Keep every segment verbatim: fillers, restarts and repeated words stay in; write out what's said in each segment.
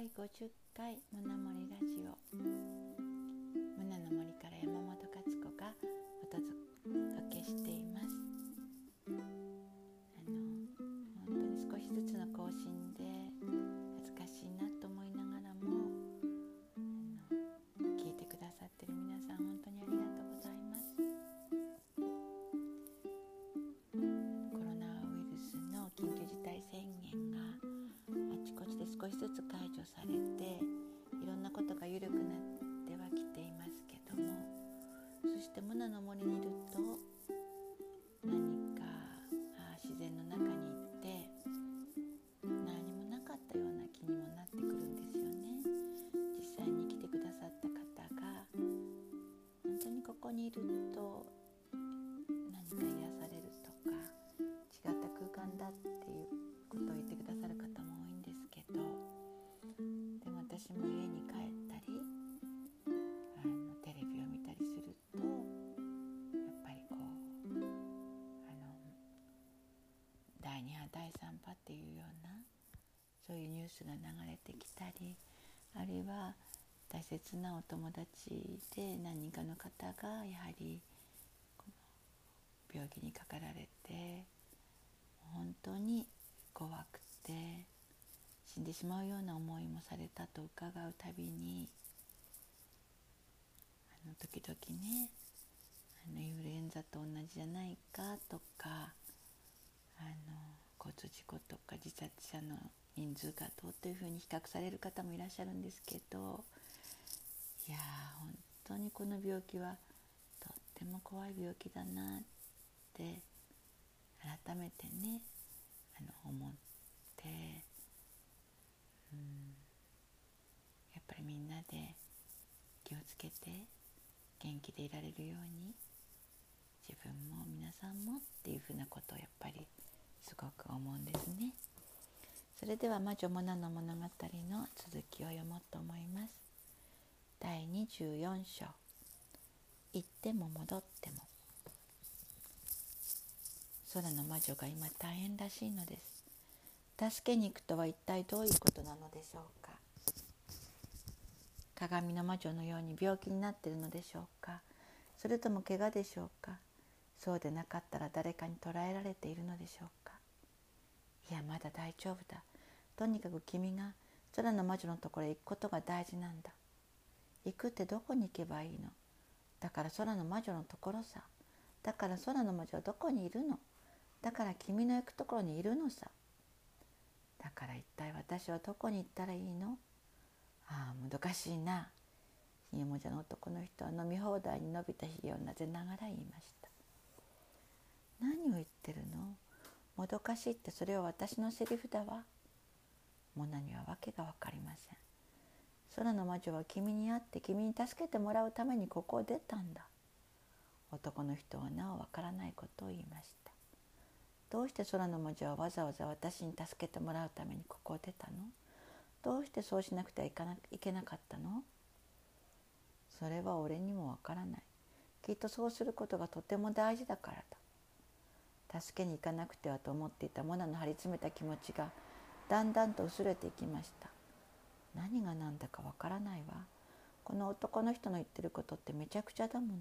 だいごじゅっかいむなもりラジオ、むなの森から山本勝子がお届けしています。あの本当に少しずつの更新で恥ずかしいなと思いながらもあの聞いてくださっている皆さん、本当にありがとうございます。コロナウイルスの緊急事態宣言があちこちで少しずつ解除されて、いろんなことが緩くなってはきていますけども、そしてむなの森にいると何か自然の中に行って何もなかったような気にもなってくるんですよね。実際に来てくださった方が本当にここにいると何か癒されるとか、違った空間だっていうことを言ってくださる方も多いんですけど、でも私も家に帰ったりあのテレビを見たりすると、やっぱりこうあのだいに波だいさん波っていうようなそういうニュースが流れてきたり、あるいは大切なお友達で何人かの方がやはりこの病気にかかられて本当に怖くて死んでしまうような思いもされたと伺うたびに、あの時々ね、あのインフルエンザと同じじゃないかとか、あの交通事故とか自殺者の人数がどうというふうに比較される方もいらっしゃるんですけど、いや本当にこの病気はとっても怖い病気だなって改めてねあの思って、うん、やっぱりみんなで気をつけて元気でいられるように、自分も皆さんもっていうふうなことをやっぱりすごく思うんですね。それでは魔女モナの物語の続きを読もうと思います。だいにじゅうよん章、行っても戻っても。空の魔女が今大変らしいのです。助けに行くとは一体どういうことなのでしょうか。鏡の魔女のように病気になっているのでしょうか。それとも怪我でしょうか。そうでなかったら誰かに捕らえられているのでしょうか。いやまだ大丈夫だ。とにかく君が空の魔女のところへ行くことが大事なんだ。行くってどこに行けばいいの。だから空の魔女のところさ。だから空の魔女はどこにいるの。だから君の行くところにいるのさ。だから一体私はどこに行ったらいいの。ああもどかしいな。ひげもじゃの男の人は飲み放題に伸びたひげをなぜながら言いました。何を言ってるの。もどかしいってそれは私のセリフだわ。モナにはわけがわかりません。空の魔女は君に会って君に助けてもらうためにここを出たんだ。男の人はなおわからないことを言いました。どうして空の魔女はわざわざ私に助けてもらうためにここを出たの。どうしてそうしなくてはいかな、いけなかったの。それは俺にもわからない。きっとそうすることがとても大事だからだ。助けに行かなくてはと思っていたモナの張り詰めた気持ちがだんだんと薄れていきました。何が何だかわからないわ。この男の人の言ってることってめちゃくちゃだもの。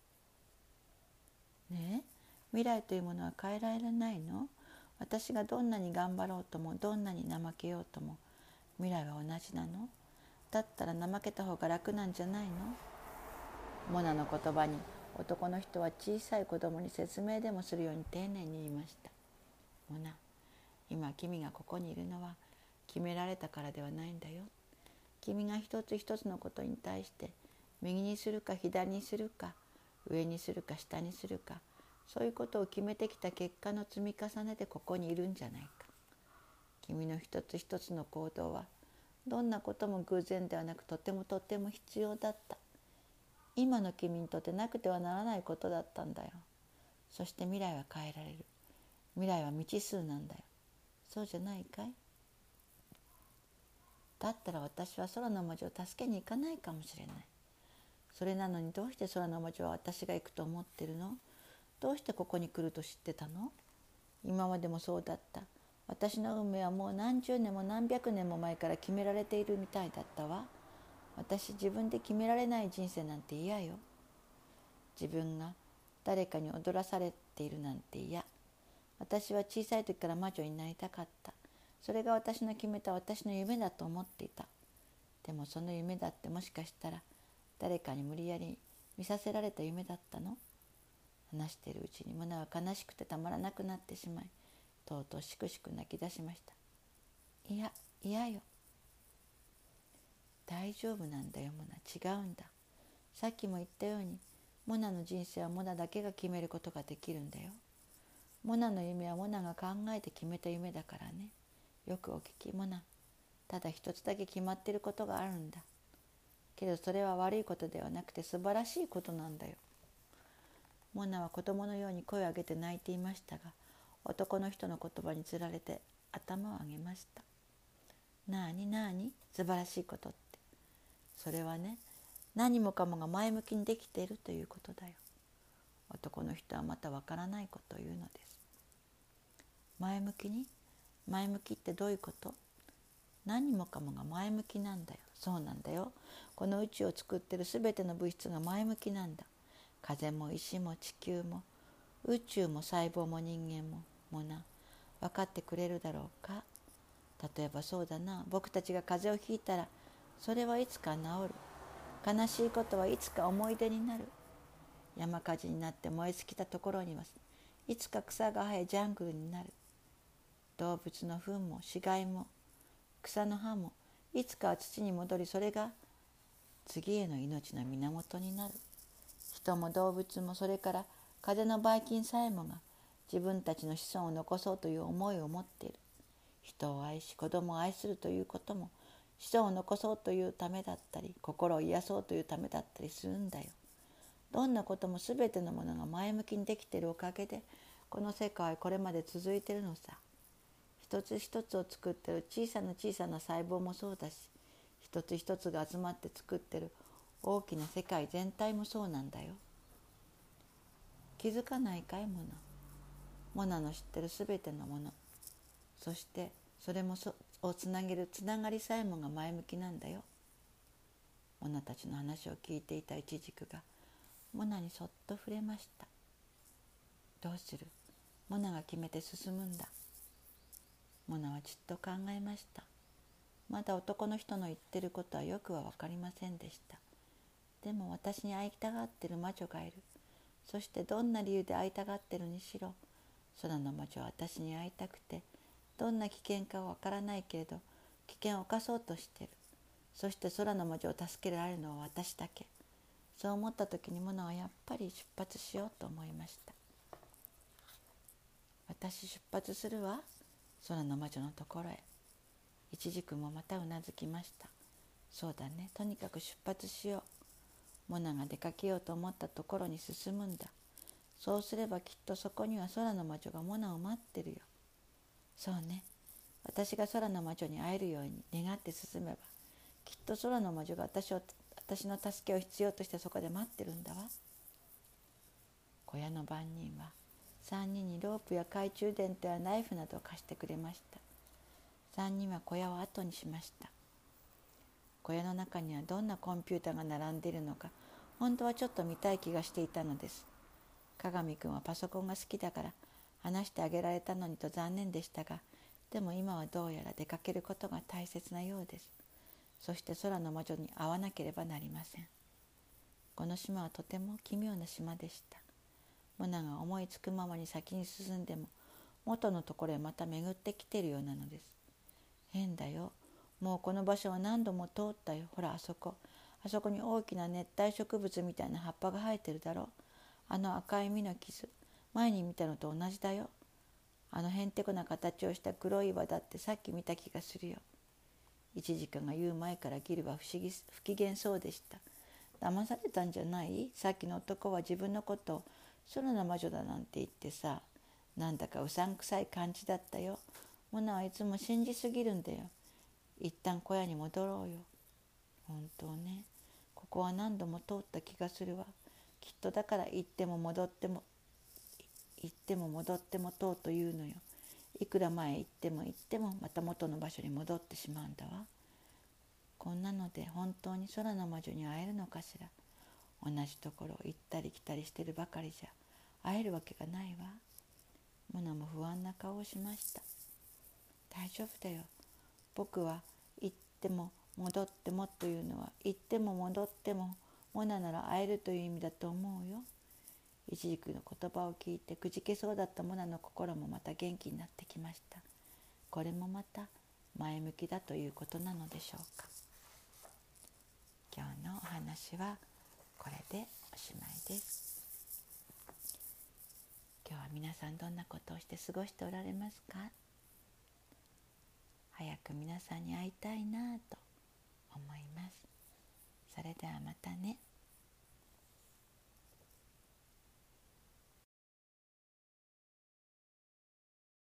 ねえ、未来というものは変えられないの。私がどんなに頑張ろうともどんなに怠けようとも未来は同じなの。だったら怠けた方が楽なんじゃないの。モナの言葉に男の人は小さい子供に説明でもするように丁寧に言いました。モナ、今君がここにいるのは決められたからではないんだよ。君が一つ一つのことに対して右にするか左にするか上にするか下にするか、そういうことを決めてきた結果の積み重ねでここにいるんじゃないか。君の一つ一つの行動はどんなことも偶然ではなくとてもとても必要だった。今の君にとってなくてはならないことだったんだよ。そして未来は変えられる。未来は未知数なんだよ。そうじゃないかい。だったら私は空の魔女を助けに行かないかもしれない。それなのにどうして空の魔女は私が行くと思ってるの。どうしてここに来ると知ってたの。今までもそうだった。 私の運命はもう何十年も何百年も前から決められているみたいだったわ。私自分で決められない人生なんて嫌よ。自分が誰かに踊らされているなんて嫌。私は小さい時から魔女になりたかった。それが私の決めた私の夢だと思っていた。でもその夢だってもしかしたら誰かに無理やり見させられた夢だったの？話しているうちにモナは悲しくてたまらなくなってしまい、とうとうしくしく泣き出しました。いや、嫌よ。大丈夫なんだよモナ、違うんだ。さっきも言ったように、モナの人生はモナだけが決めることができるんだよ。モナの夢はモナが考えて決めた夢だからね。よくお聞きモナ。ただ一つだけ決まっていることがあるんだ。けどそれは悪いことではなくて素晴らしいことなんだよ。モナは子供のように声を上げて泣いていましたが、男の人の言葉につられて頭を上げました。なあになあに、素晴らしいことって。それはね、何もかもが前向きにできているということだよ。男の人はまたわからないことを言うのです。前向きに？前向きってどういうこと？何もかもが前向きなんだよ。そうなんだよ。この宇宙を作っているすべての物質が前向きなんだ。風も石も地球も宇宙も細胞も人間ももな、分かってくれるだろうか。例えばそうだな、僕たちが風邪をひいたらそれはいつか治る。悲しいことはいつか思い出になる。山火事になって燃え尽きたところにはいつか草が生えジャングルになる。動物の糞も死骸も草の葉もいつかは土に戻り、それが次への命の源になる。人も動物もそれから風のばい菌さえもが自分たちの子孫を残そうという思いを持っている。人を愛し子供を愛するということも子孫を残そうというためだったり、心を癒そうというためだったりするんだよ。どんなこともすべてのものが前向きにできているおかげでこの世界はこれまで続いているのさ。一つ一つを作っている小さな小さな細胞もそうだし、一つ一つが集まって作っている大きな世界全体もそうなんだよ。気づかないかいモナ。モナの知っているすべてのもの、そしてそれもそをつなげるつながりさえもが前向きなんだよ。モナたちの話を聞いていたイチジクがモナにそっと触れました。どうする？モナが決めて進むんだ。モナはじっと考えました。まだ男の人の言ってることはよくは分かりませんでした。でも私に会いたがってる魔女がいる。そしてどんな理由で会いたがってるにしろ、空の魔女は私に会いたくて、どんな危険かは分からないけれど危険を冒そうとしてる。そして空の魔女を助けられるのは私だけ。そう思った時にモナはやっぱり出発しようと思いました。私出発するわ、空の魔女のところへ。イチジクもまたうなずきました。そうだね、とにかく出発しよう。モナが出かけようと思ったところに進むんだ。そうすればきっとそこには空の魔女がモナを待ってるよ。そうね、私が空の魔女に会えるように願って進めば、きっと空の魔女が私を私の助けを必要としてそこで待ってるんだわ。小屋の番人は三人にロープや懐中電灯やナイフなどを貸してくれました。三人は小屋を後にしました。小屋の中にはどんなコンピューターが並んでいるのか、本当はちょっと見たい気がしていたのです。鏡くんはパソコンが好きだから話してあげられたのにと残念でしたが、でも今はどうやら出かけることが大切なようです。そして空の魔女に会わなければなりません。この島はとても奇妙な島でした。モナが思いつくままに先に進んでも元のところへまた巡ってきているようなのです。変だよ。もうこの場所は何度も通ったよ。ほらあそこ。あそこに大きな熱帯植物みたいな葉っぱが生えてるだろう。あの赤い実の傷。前に見たのと同じだよ。あのへんてこな形をした黒い岩だってさっき見た気がするよ。イチジクが言う前からギルは不思議不機嫌そうでした。騙されたんじゃない？さっきの男は自分のことを空の魔女だなんて言ってさ、なんだかうさんくさい感じだったよ。モナはいつも信じすぎるんだよ。一旦小屋に戻ろうよ。本当ね、ここは何度も通った気がするわ。きっとだから行っても戻っても行っても戻っても通うというのよ。 いくら前行っても行ってもまた元の場所に戻ってしまうんだわ。こんなので本当に空の魔女に会えるのかしら。同じところを行ったり来たりしてるばかりじゃ会えるわけがないわ。モナも不安な顔をしました。大丈夫だよ。僕は行っても戻ってもというのは行っても戻ってもモナなら会えるという意味だと思うよ。イチジクの言葉を聞いてくじけそうだったモナの心もまた元気になってきました。これもまた前向きだということなのでしょうか。今日のお話はこれでおしまいです。今日は皆さんどんなことをして過ごしておられますか？早く皆さんに会いたいなと思います。それではまたね。